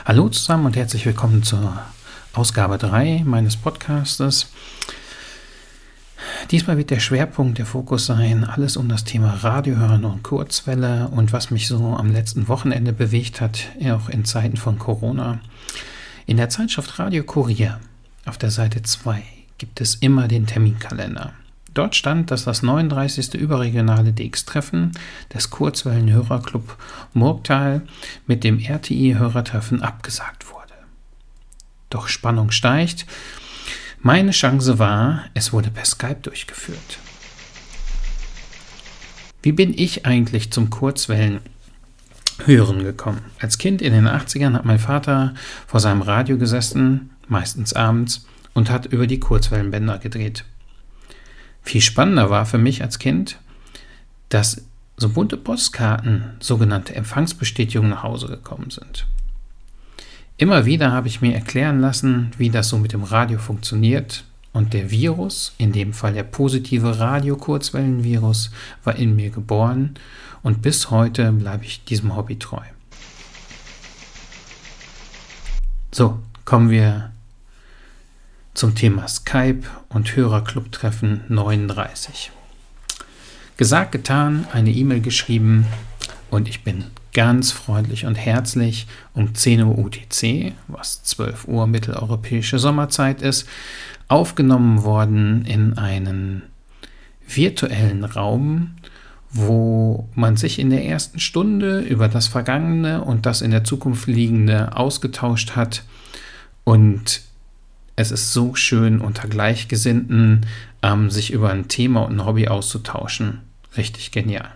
Hallo zusammen und herzlich willkommen zur Ausgabe 3 meines Podcastes. Diesmal wird der Schwerpunkt, der Fokus sein, alles um das Thema Radio hören und Kurzwelle und was mich so am letzten Wochenende bewegt hat, auch in Zeiten von Corona. In der Zeitschrift Radio Kurier auf der Seite 2 gibt es immer den Terminkalender. Dort stand, dass das 39. überregionale DX-Treffen des Kurzwellen-Hörerclub Murgtal mit dem RTI-Hörertreffen abgesagt wurde. Doch Spannung steigt. Meine Chance war, es wurde per Skype durchgeführt. Wie bin ich eigentlich zum Kurzwellen-Hören gekommen? Als Kind in den 80ern hat mein Vater vor seinem Radio gesessen, meistens abends, und hat über die Kurzwellenbänder gedreht. Viel spannender war für mich als Kind, dass so bunte Postkarten, sogenannte Empfangsbestätigungen, nach Hause gekommen sind. Immer wieder habe ich mir erklären lassen, wie das so mit dem Radio funktioniert, und der Virus, in dem Fall der positive Radio-Kurzwellenvirus, war in mir geboren und bis heute bleibe ich diesem Hobby treu. So, kommen wir zum Thema Skype und Hörerclub-Treffen 39. Gesagt, getan, eine E-Mail geschrieben und ich bin ganz freundlich und herzlich um 10 Uhr UTC, was 12 Uhr mitteleuropäische Sommerzeit ist, aufgenommen worden in einen virtuellen Raum, wo man sich in der ersten Stunde über das Vergangene und das in der Zukunft liegende ausgetauscht hat, und es ist so schön, unter Gleichgesinnten sich über ein Thema und ein Hobby auszutauschen. Richtig genial.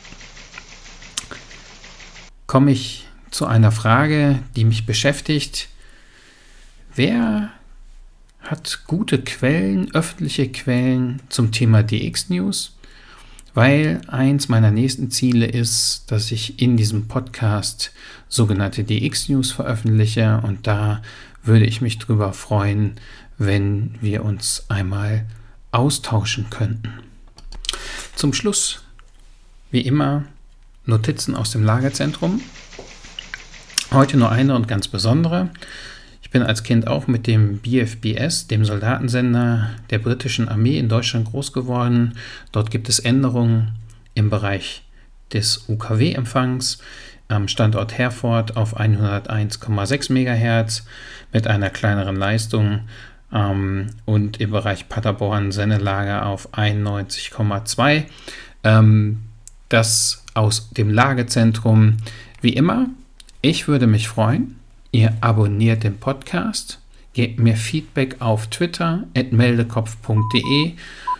Komme ich zu einer Frage, die mich beschäftigt. Wer hat gute Quellen, öffentliche Quellen zum Thema DX-News? Weil eins meiner nächsten Ziele ist, dass ich in diesem Podcast sogenannte DX-News veröffentliche, und da würde ich mich drüber freuen, wenn wir uns einmal austauschen könnten. Zum Schluss, wie immer, Notizen aus dem Lagerzentrum. Heute nur eine und ganz besondere. Ich bin als Kind auch mit dem BFBS, dem Soldatensender der britischen Armee in Deutschland, groß geworden. Dort gibt es Änderungen im Bereich des UKW-Empfangs am Standort Herford auf 101,6 MHz mit einer kleineren Leistung und im Bereich Paderborn Sendelager auf 91,2. Das aus dem Lagezentrum. Wie immer, ich würde mich freuen, ihr abonniert den Podcast, gebt mir Feedback auf Twitter @meldekopf.de